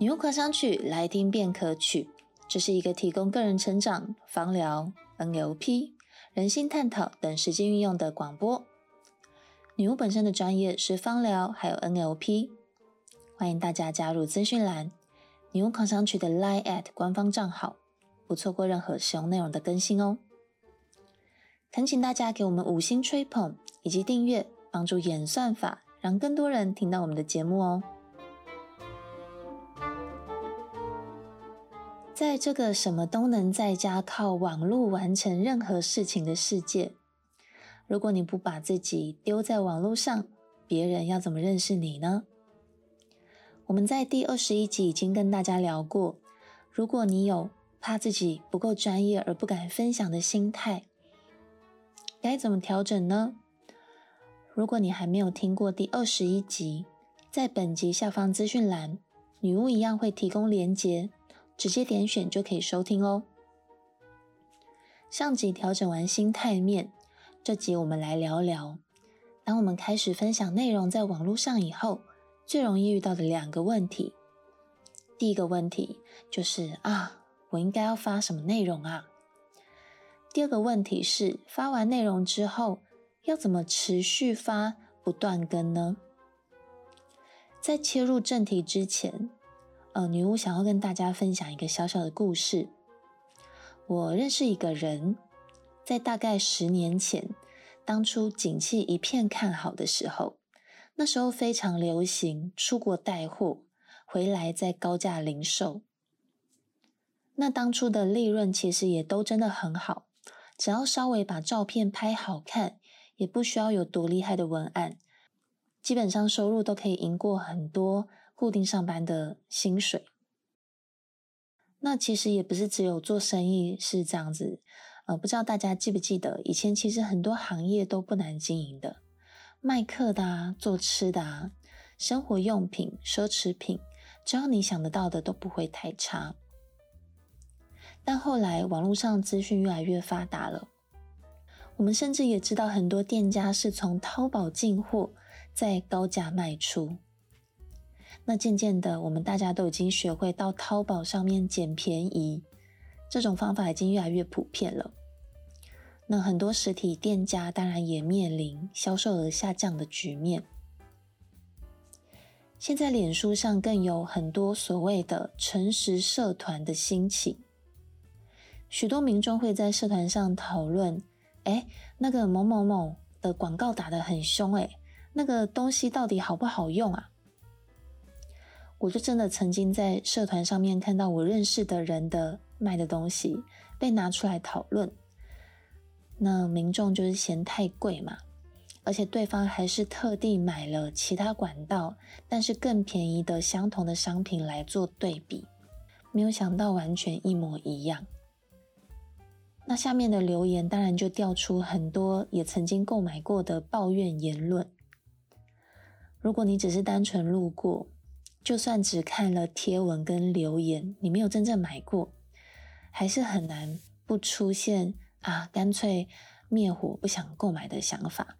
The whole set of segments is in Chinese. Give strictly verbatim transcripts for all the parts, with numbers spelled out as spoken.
女巫狂想曲，来听便可取。这是一个提供个人成长、芳疗、N L P、人性探讨等实际运用的广播。女巫本身的专业是芳疗还有 N L P， 欢迎大家加入资讯栏女巫狂想曲的 Line at 官方账号，不错过任何使用内容的更新哦。恳请大家给我们五星吹捧以及订阅，帮助演算法让更多人听到我们的节目哦。在这个什么都能在家靠网络完成任何事情的世界，如果你不把自己丢在网络上，别人要怎么认识你呢？我们在第二十一集已经跟大家聊过，如果你有怕自己不够专业而不敢分享的心态，该怎么调整呢？如果你还没有听过第二十一集，在本集下方资讯栏，女巫一样会提供连结，直接点选就可以收听哦。上集调整完心态面，这集我们来聊聊，当我们开始分享内容在网络上以后，最容易遇到的两个问题。第一个问题就是啊，我应该要发什么内容啊？第二个问题是，发完内容之后，要怎么持续发，不断更呢？在切入正题之前，呃，女巫想要跟大家分享一个小小的故事。我认识一个人，在大概十年前，当初景气一片看好的时候，那时候非常流行出国带货，回来再高价零售。那当初的利润其实也都真的很好，只要稍微把照片拍好看，也不需要有多厉害的文案，基本上收入都可以赢过很多固定上班的薪水。那其实也不是只有做生意是这样子，呃，不知道大家记不记得，以前其实很多行业都不难经营的，卖课的啊，做吃的啊，生活用品、奢侈品，只要你想得到的都不会太差。但后来网络上资讯越来越发达了，我们甚至也知道很多店家是从淘宝进货，再高价卖出。那渐渐的，我们大家都已经学会到淘宝上面捡便宜，这种方法已经越来越普遍了。那很多实体店家当然也面临销售额下降的局面。现在脸书上更有很多所谓的诚实社团的兴起，许多民众会在社团上讨论，诶，那个某某某的广告打得很凶，诶，那个东西到底好不好用啊？我就真的曾经在社团上面看到我认识的人的卖的东西被拿出来讨论，那民众就是嫌太贵嘛，而且对方还是特地买了其他管道但是更便宜的相同的商品来做对比，没有想到完全一模一样。那下面的留言当然就调出很多也曾经购买过的抱怨言论。如果你只是单纯路过，就算只看了贴文跟留言，你没有真正买过，还是很难不出现啊，干脆灭火不想购买的想法。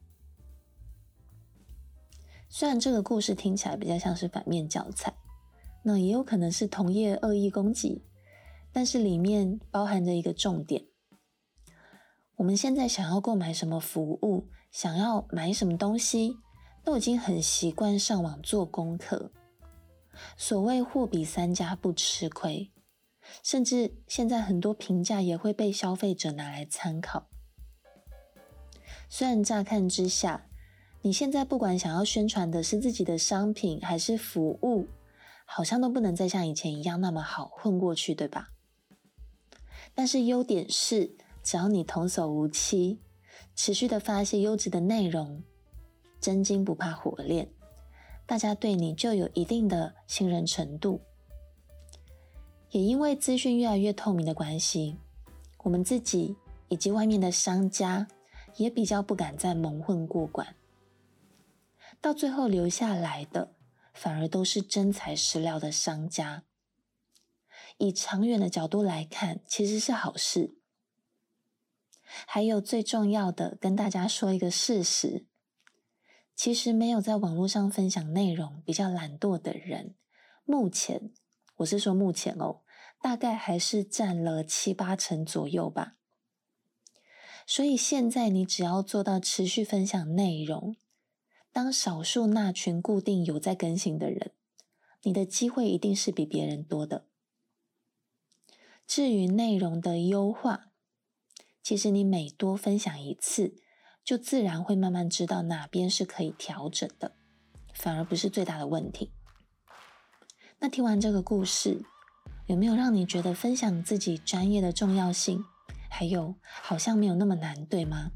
虽然这个故事听起来比较像是反面教材，那也有可能是同业恶意攻击，但是里面包含着一个重点。我们现在想要购买什么服务，想要买什么东西，都已经很习惯上网做功课。所谓货比三家不吃亏，甚至现在很多评价也会被消费者拿来参考。虽然乍看之下，你现在不管想要宣传的是自己的商品还是服务，好像都不能再像以前一样那么好混过去，对吧？但是优点是，只要你童叟无欺，持续的发一些优质的内容，真金不怕火炼，大家对你就有一定的信任程度。也因为资讯越来越透明的关系，我们自己以及外面的商家也比较不敢再蒙混过关，到最后留下来的反而都是真材实料的商家。以长远的角度来看，其实是好事。还有最重要的，跟大家说一个事实，其实没有在网络上分享内容比较懒惰的人， 目前，我是说目前哦，大概还是占了七八成左右吧。所以现在你只要做到持续分享内容，当少数那群固定有在更新的人，你的机会一定是比别人多的。至于内容的优化，其实你每多分享一次，就自然会慢慢知道哪边是可以调整的，反而不是最大的问题。那听完这个故事，有没有让你觉得分享自己专业的重要性，还有好像没有那么难，对吗？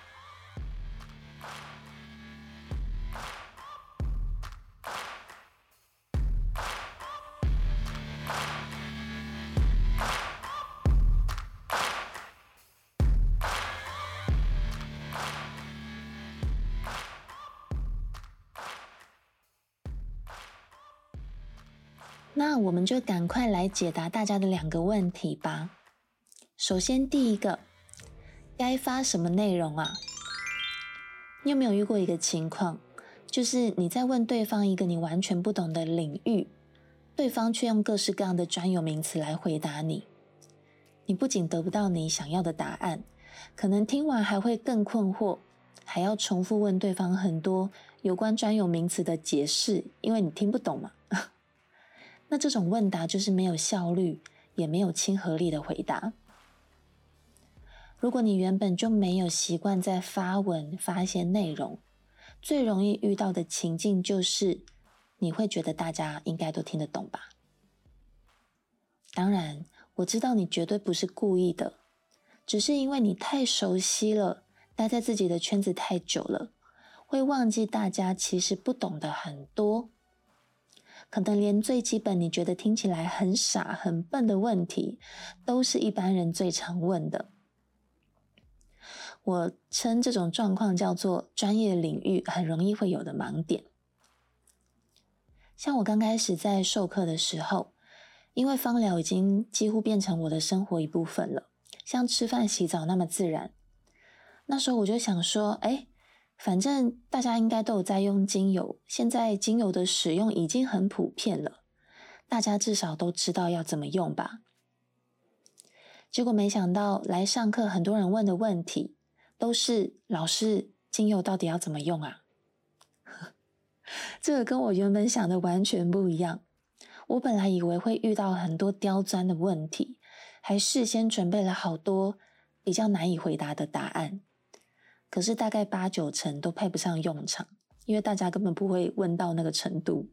那我们就赶快来解答大家的两个问题吧。首先第一个，该发什么内容啊？你有没有遇过一个情况，就是你在问对方一个你完全不懂的领域，对方却用各式各样的专有名词来回答你，你不仅得不到你想要的答案，可能听完还会更困惑，还要重复问对方很多有关专有名词的解释，因为你听不懂嘛。那这种问答就是没有效率，也没有亲和力的回答。如果你原本就没有习惯在发文发一些内容，最容易遇到的情境就是你会觉得大家应该都听得懂吧。当然，我知道你绝对不是故意的，只是因为你太熟悉了，待在自己的圈子太久了，会忘记大家其实不懂的很多。可能连最基本你觉得听起来很傻很笨的问题，都是一般人最常问的。我称这种状况叫做专业领域很容易会有的盲点。像我刚开始在授课的时候，因为芳疗已经几乎变成我的生活一部分了，像吃饭洗澡那么自然。那时候我就想说，哎，反正大家应该都有在用精油，现在精油的使用已经很普遍了，大家至少都知道要怎么用吧。结果没想到来上课很多人问的问题都是，老师，精油到底要怎么用啊？这个跟我原本想的完全不一样。我本来以为会遇到很多刁钻的问题，还事先准备了好多比较难以回答的答案，可是大概八九成都派不上用场，因为大家根本不会问到那个程度。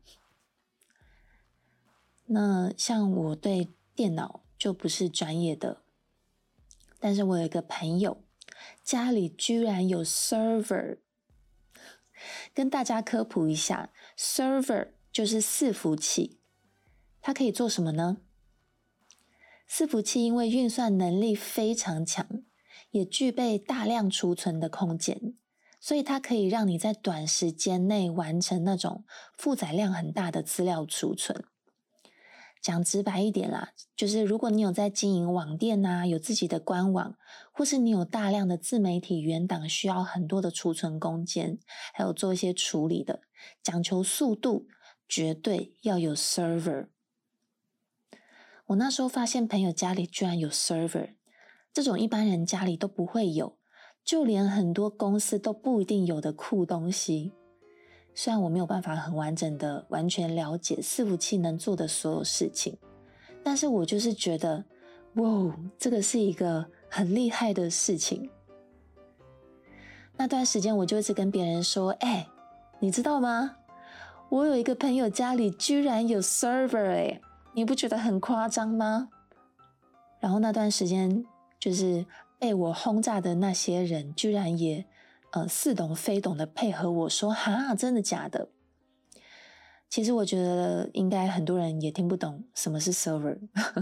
那像我对电脑就不是专业的，但是我有一个朋友家里居然有 server。 跟大家科普一下， server 就是伺服器，它可以做什么呢？伺服器因为运算能力非常强，也具备大量储存的空间，所以它可以让你在短时间内完成那种负载量很大的资料储存。讲直白一点啦，就是如果你有在经营网店啊，有自己的官网，或是你有大量的自媒体原档需要很多的储存空间，还有做一些处理的，讲求速度，绝对要有 server。 我那时候发现朋友家里居然有 server， 这种一般人家里都不会有，就连很多公司都不一定有的酷东西。虽然我没有办法很完整的完全了解伺服器能做的所有事情，但是我就是觉得，哇，这个是一个很厉害的事情。那段时间我就一直跟别人说，哎，你知道吗？我有一个朋友家里居然有 server， 哎，你不觉得很夸张吗？然后那段时间就是被我轰炸的那些人，居然也呃，似懂非懂的配合我说，哈，真的假的？其实我觉得应该很多人也听不懂什么是 server。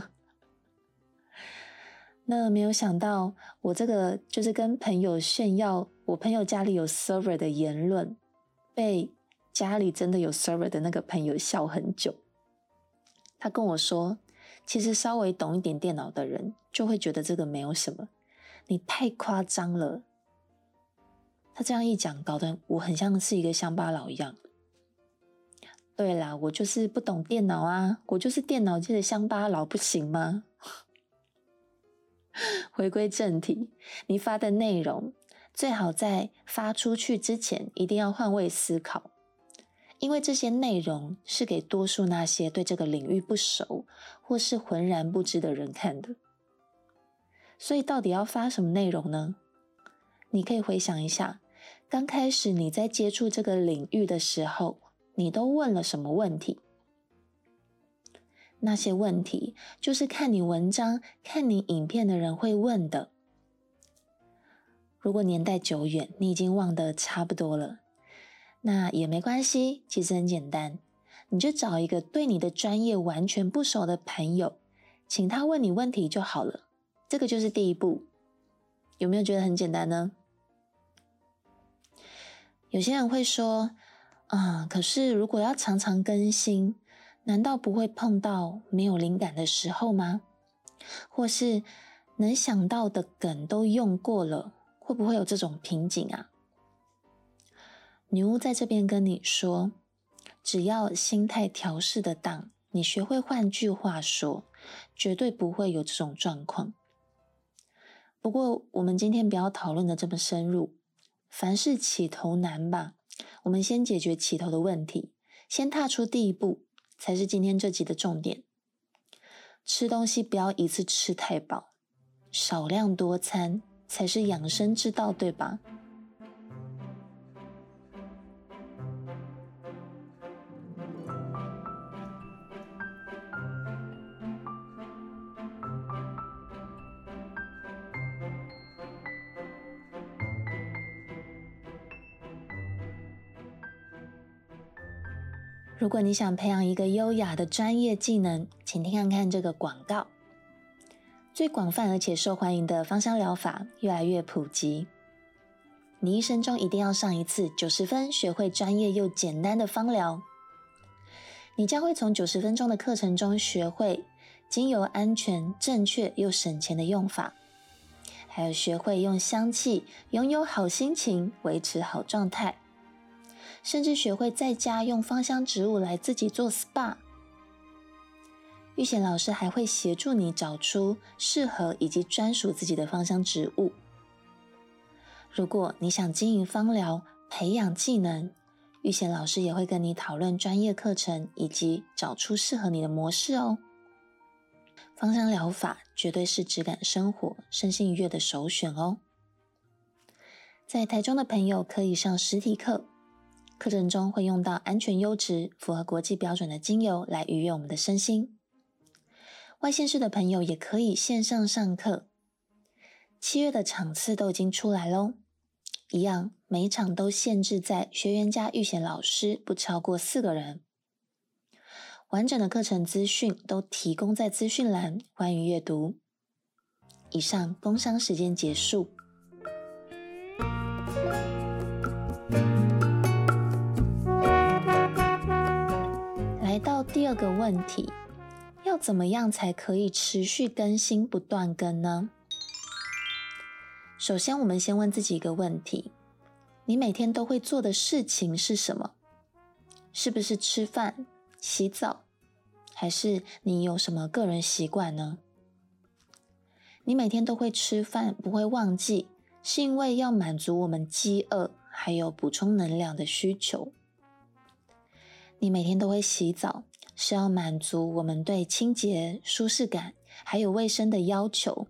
那没有想到我这个就是跟朋友炫耀我朋友家里有 server 的言论，被家里真的有 server 的那个朋友笑很久。他跟我说，其实稍微懂一点电脑的人就会觉得这个没有什么，你太夸张了。他这样一讲，搞得我很像是一个乡巴佬一样。 对啦，我就是不懂电脑啊，我就是电脑界的乡巴佬，不行吗？回归正题，你发的内容最好在发出去之前一定要换位思考，因为这些内容是给多数那些对这个领域不熟或是浑然不知的人看的。所以到底要发什么内容呢？你可以回想一下，刚开始你在接触这个领域的时候，你都问了什么问题？那些问题就是看你文章、看你影片的人会问的。如果年代久远，你已经忘得差不多了，那也没关系，其实很简单，你就找一个对你的专业完全不熟的朋友，请他问你问题就好了。这个就是第一步。有没有觉得很简单呢？有些人会说，啊，可是如果要常常更新，难道不会碰到没有灵感的时候吗？或是能想到的梗都用过了，会不会有这种瓶颈啊？女巫在这边跟你说，只要心态调试得当，你学会换句话说，绝对不会有这种状况。不过我们今天不要讨论的这么深入，凡事起头难吧，我们先解决起头的问题，先踏出第一步，才是今天这集的重点。吃东西不要一次吃太饱，少量多餐才是养生之道，对吧？如果你想培养一个优雅的专业技能，请听看看这个广告。最广泛而且受欢迎的芳香疗法越来越普及，你一生中一定要上一次九十分学会专业又简单的芳疗。你将会从九十分钟的课程中学会精油安全、正确又省钱的用法，还有学会用香气拥有好心情，维持好状态，甚至学会在家用芳香植物来自己做 S P A。 玉贤老师还会协助你找出适合以及专属自己的芳香植物。如果你想经营芳疗、培养技能，玉贤老师也会跟你讨论专业课程以及找出适合你的模式哦。芳香疗法绝对是质感生活、身心愉悦的首选哦。在台中的朋友可以上实体课，课程中会用到安全优质、符合国际标准的精油来愉悦我们的身心。外县市的朋友也可以线上上课，七月的场次都已经出来咯，一样每一场都限制在学员加玉贤老师不超过四个人。完整的课程资讯都提供在资讯栏，欢迎阅读。以上工商时间结束。来到第二个问题，要怎么样才可以持续更新不断更呢？首先我们先问自己一个问题，你每天都会做的事情是什么？是不是吃饭、洗澡，还是你有什么个人习惯呢？你每天都会吃饭，不会忘记，是因为要满足我们饥饿还有补充能量的需求。你每天都会洗澡，是要满足我们对清洁、舒适感还有卫生的要求。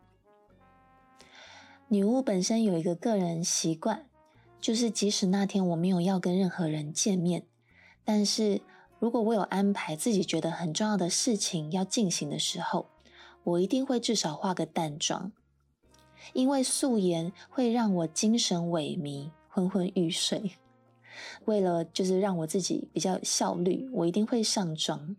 女巫本身有一个个人习惯，就是即使那天我没有要跟任何人见面，但是如果我有安排自己觉得很重要的事情要进行的时候，我一定会至少化个淡妆，因为素颜会让我精神萎靡、昏昏欲睡。为了就是让我自己比较有效率，我一定会上妆。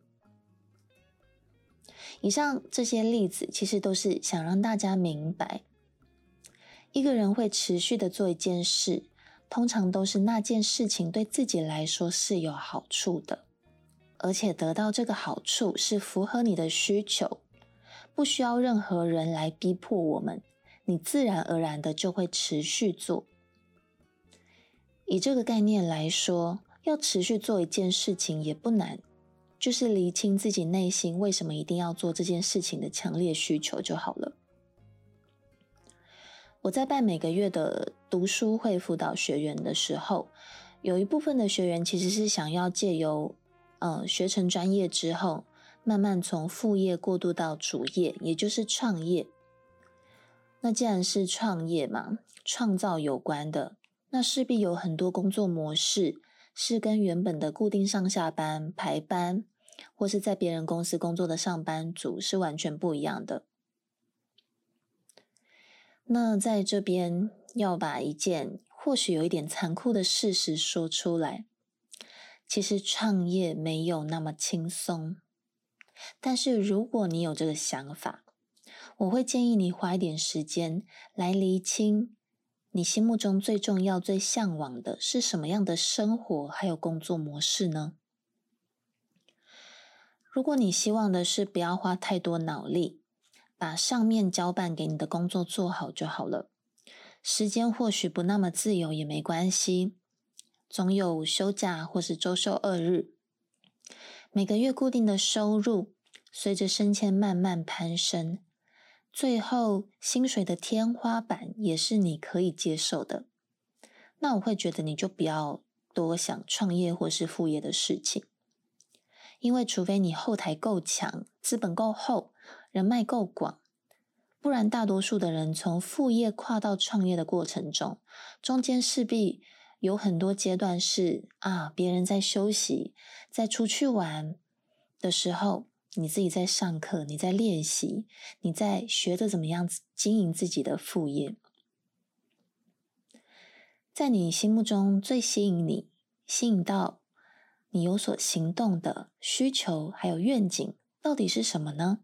以上这些例子其实都是想让大家明白，一个人会持续的做一件事，通常都是那件事情对自己来说是有好处的，而且得到这个好处是符合你的需求，不需要任何人来逼迫我们，你自然而然的就会持续做。以这个概念来说， 要持续做一件事情也不难，就是厘清自己内心为什么一定要做这件事情的强烈需求就好了。我在办每个月的读书会辅导学员的时候，有一部分的学员其实是想要借由呃学成专业之后，慢慢从副业过渡到主业，也就是创业。那既然是创业嘛，创造有关的，那势必有很多工作模式是跟原本的固定上下班、排班，或是在别人公司工作的上班族是完全不一样的。那在这边要把一件或许有一点残酷的事实说出来，其实创业没有那么轻松。但是如果你有这个想法，我会建议你花一点时间来厘清你心目中最重要、最向往的是什么样的生活还有工作模式呢？如果你希望的是不要花太多脑力，把上面交办给你的工作做好就好了，时间或许不那么自由也没关系，总有休假或是周休二日，每个月固定的收入随着升迁慢慢攀升，最后薪水的天花板也是你可以接受的，那我会觉得你就不要多想创业或是副业的事情，因为除非你后台够强，资本够厚，人脉够广，不然大多数的人从副业跨到创业的过程中，中间势必有很多阶段是啊，别人在休息，在出去玩的时候，你自己在上课，你在练习，你在学着怎么样经营自己的副业。在你心目中最吸引你、吸引到你有所行动的需求还有愿景到底是什么呢？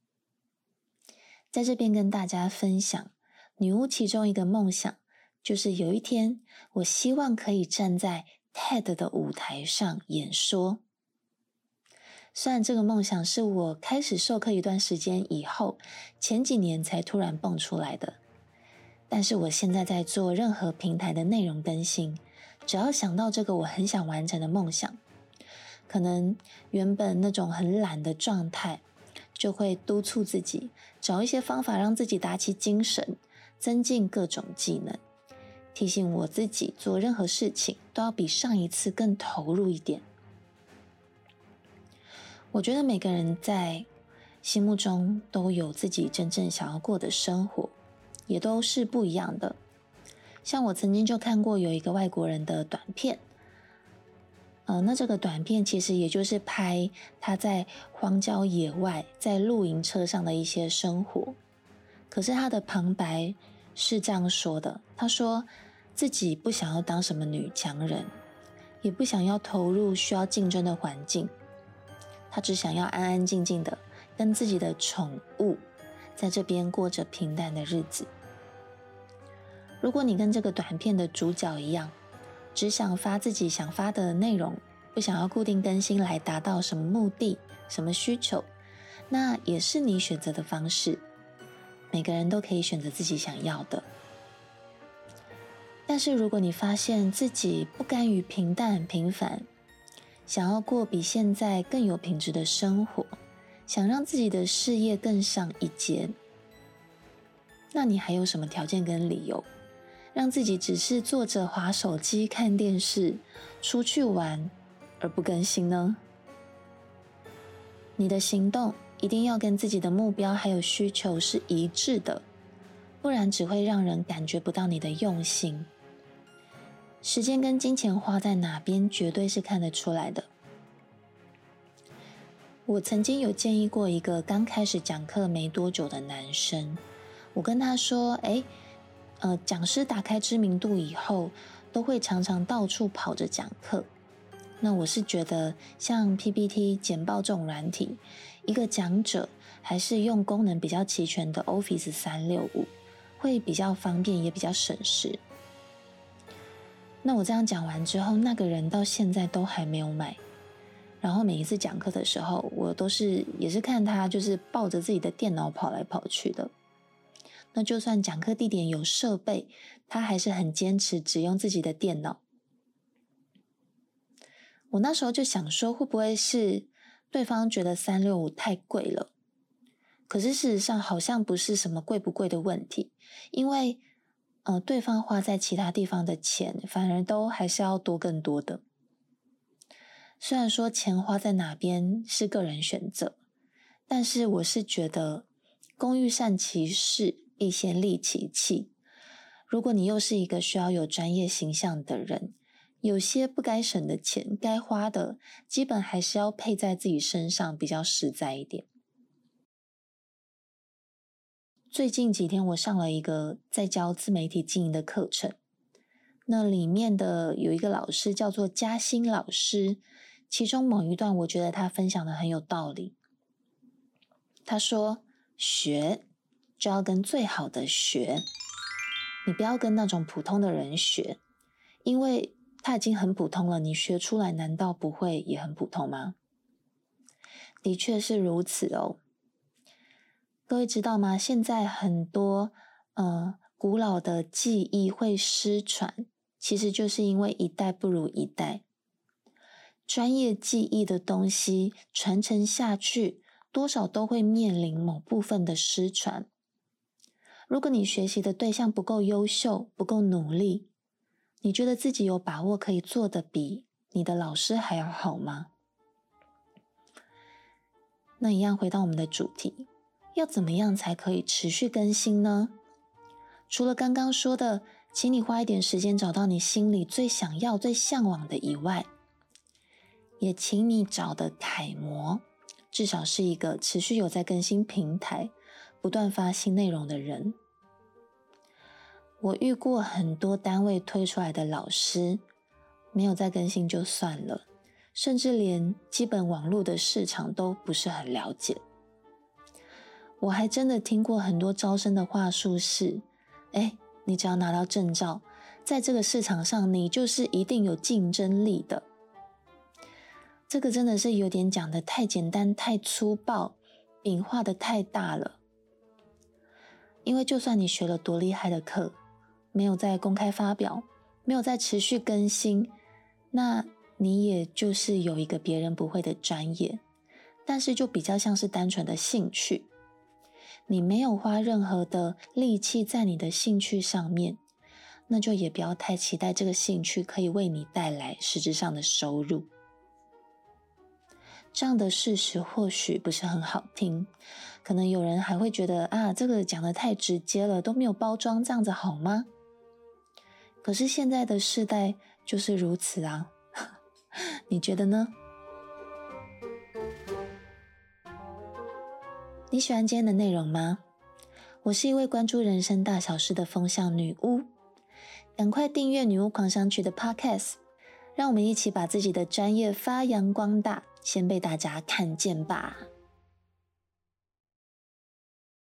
在这边跟大家分享，女巫其中一个梦想就是有一天我希望可以站在 T E D 的舞台上演说。虽然这个梦想是我开始授课一段时间以后，前几年才突然蹦出来的，但是我现在在做任何平台的内容更新，只要想到这个我很想完成的梦想，可能原本那种很懒的状态，就会督促自己找一些方法让自己打起精神，增进各种技能，提醒我自己做任何事情都要比上一次更投入一点。我觉得每个人在心目中都有自己真正想要过的生活，也都是不一样的。像我曾经就看过有一个外国人的短片，呃，那这个短片其实也就是拍他在荒郊野外在露营车上的一些生活，可是他的旁白是这样说的，他说自己不想要当什么女强人，也不想要投入需要竞争的环境，他只想要安安静静的跟自己的宠物在这边过着平淡的日子。如果你跟这个短片的主角一样，只想发自己想发的内容，不想要固定更新来达到什么目的、什么需求，那也是你选择的方式。每个人都可以选择自己想要的。但是如果你发现自己不甘于平淡平凡，想要过比现在更有品质的生活，想让自己的事业更上一阶，那你还有什么条件跟理由让自己只是坐着滑手机看电视出去玩而不更新呢？你的行动一定要跟自己的目标还有需求是一致的，不然只会让人感觉不到你的用心。时间跟金钱花在哪边绝对是看得出来的。我曾经有建议过一个刚开始讲课没多久的男生，我跟他说诶呃，讲师打开知名度以后都会常常到处跑着讲课，那我是觉得像 P P T 简报这种软体，一个讲者还是用功能比较齐全的 Office 三六五会比较方便也比较省时。那我这样讲完之后，那个人到现在都还没有买，然后每一次讲课的时候，我都是也是看他就是抱着自己的电脑跑来跑去的。那就算讲课地点有设备，他还是很坚持只用自己的电脑。 我那时候就想说，会不会是对方觉得三六五太贵了？可是事实上好像不是什么贵不贵的问题，因为呃，对方花在其他地方的钱，反而都还是要多更多的。虽然说钱花在哪边是个人选择，但是我是觉得工欲善其事，必先利其器。如果你又是一个需要有专业形象的人，有些不该省的钱，该花的，基本还是要配在自己身上，比较实在一点。最近几天我上了一个在教自媒体经营的课程，那里面的有一个老师叫做嘉欣老师，其中某一段我觉得他分享的很有道理。他说，学就要跟最好的学，你不要跟那种普通的人学，因为他已经很普通了，你学出来难道不会也很普通吗？的确是如此哦。各位知道吗？现在很多呃古老的技艺会失传，其实就是因为一代不如一代。专业技艺的东西传承下去，多少都会面临某部分的失传。如果你学习的对象不够优秀，不够努力，你觉得自己有把握可以做得比你的老师还要好吗？那一样回到我们的主题，要怎么样才可以持续更新呢？除了刚刚说的，请你花一点时间找到你心里最想要、最向往的以外，也请你找的楷模，至少是一个持续有在更新平台、不断发新内容的人。我遇过很多单位推出来的老师，没有再更新就算了，甚至连基本网络的市场都不是很了解。我还真的听过很多招生的话术是，哎，你只要拿到证照，在这个市场上你就是一定有竞争力的。这个真的是有点讲得太简单、太粗暴，饼画得太大了。因为就算你学了多厉害的课，没有在公开发表，没有在持续更新，那你也就是有一个别人不会的专业，但是就比较像是单纯的兴趣。你没有花任何的力气在你的兴趣上面，那就也不要太期待这个兴趣可以为你带来实质上的收入。这样的事实或许不是很好听，可能有人还会觉得啊，这个讲得太直接了，都没有包装，这样子好吗？可是现在的世代就是如此啊，你觉得呢？你喜欢今天的内容吗？我是一位关注人生大小事的风向女巫，赶快订阅女巫狂想曲的 Podcast， 让我们一起把自己的专业发扬光大，先被大家看见吧。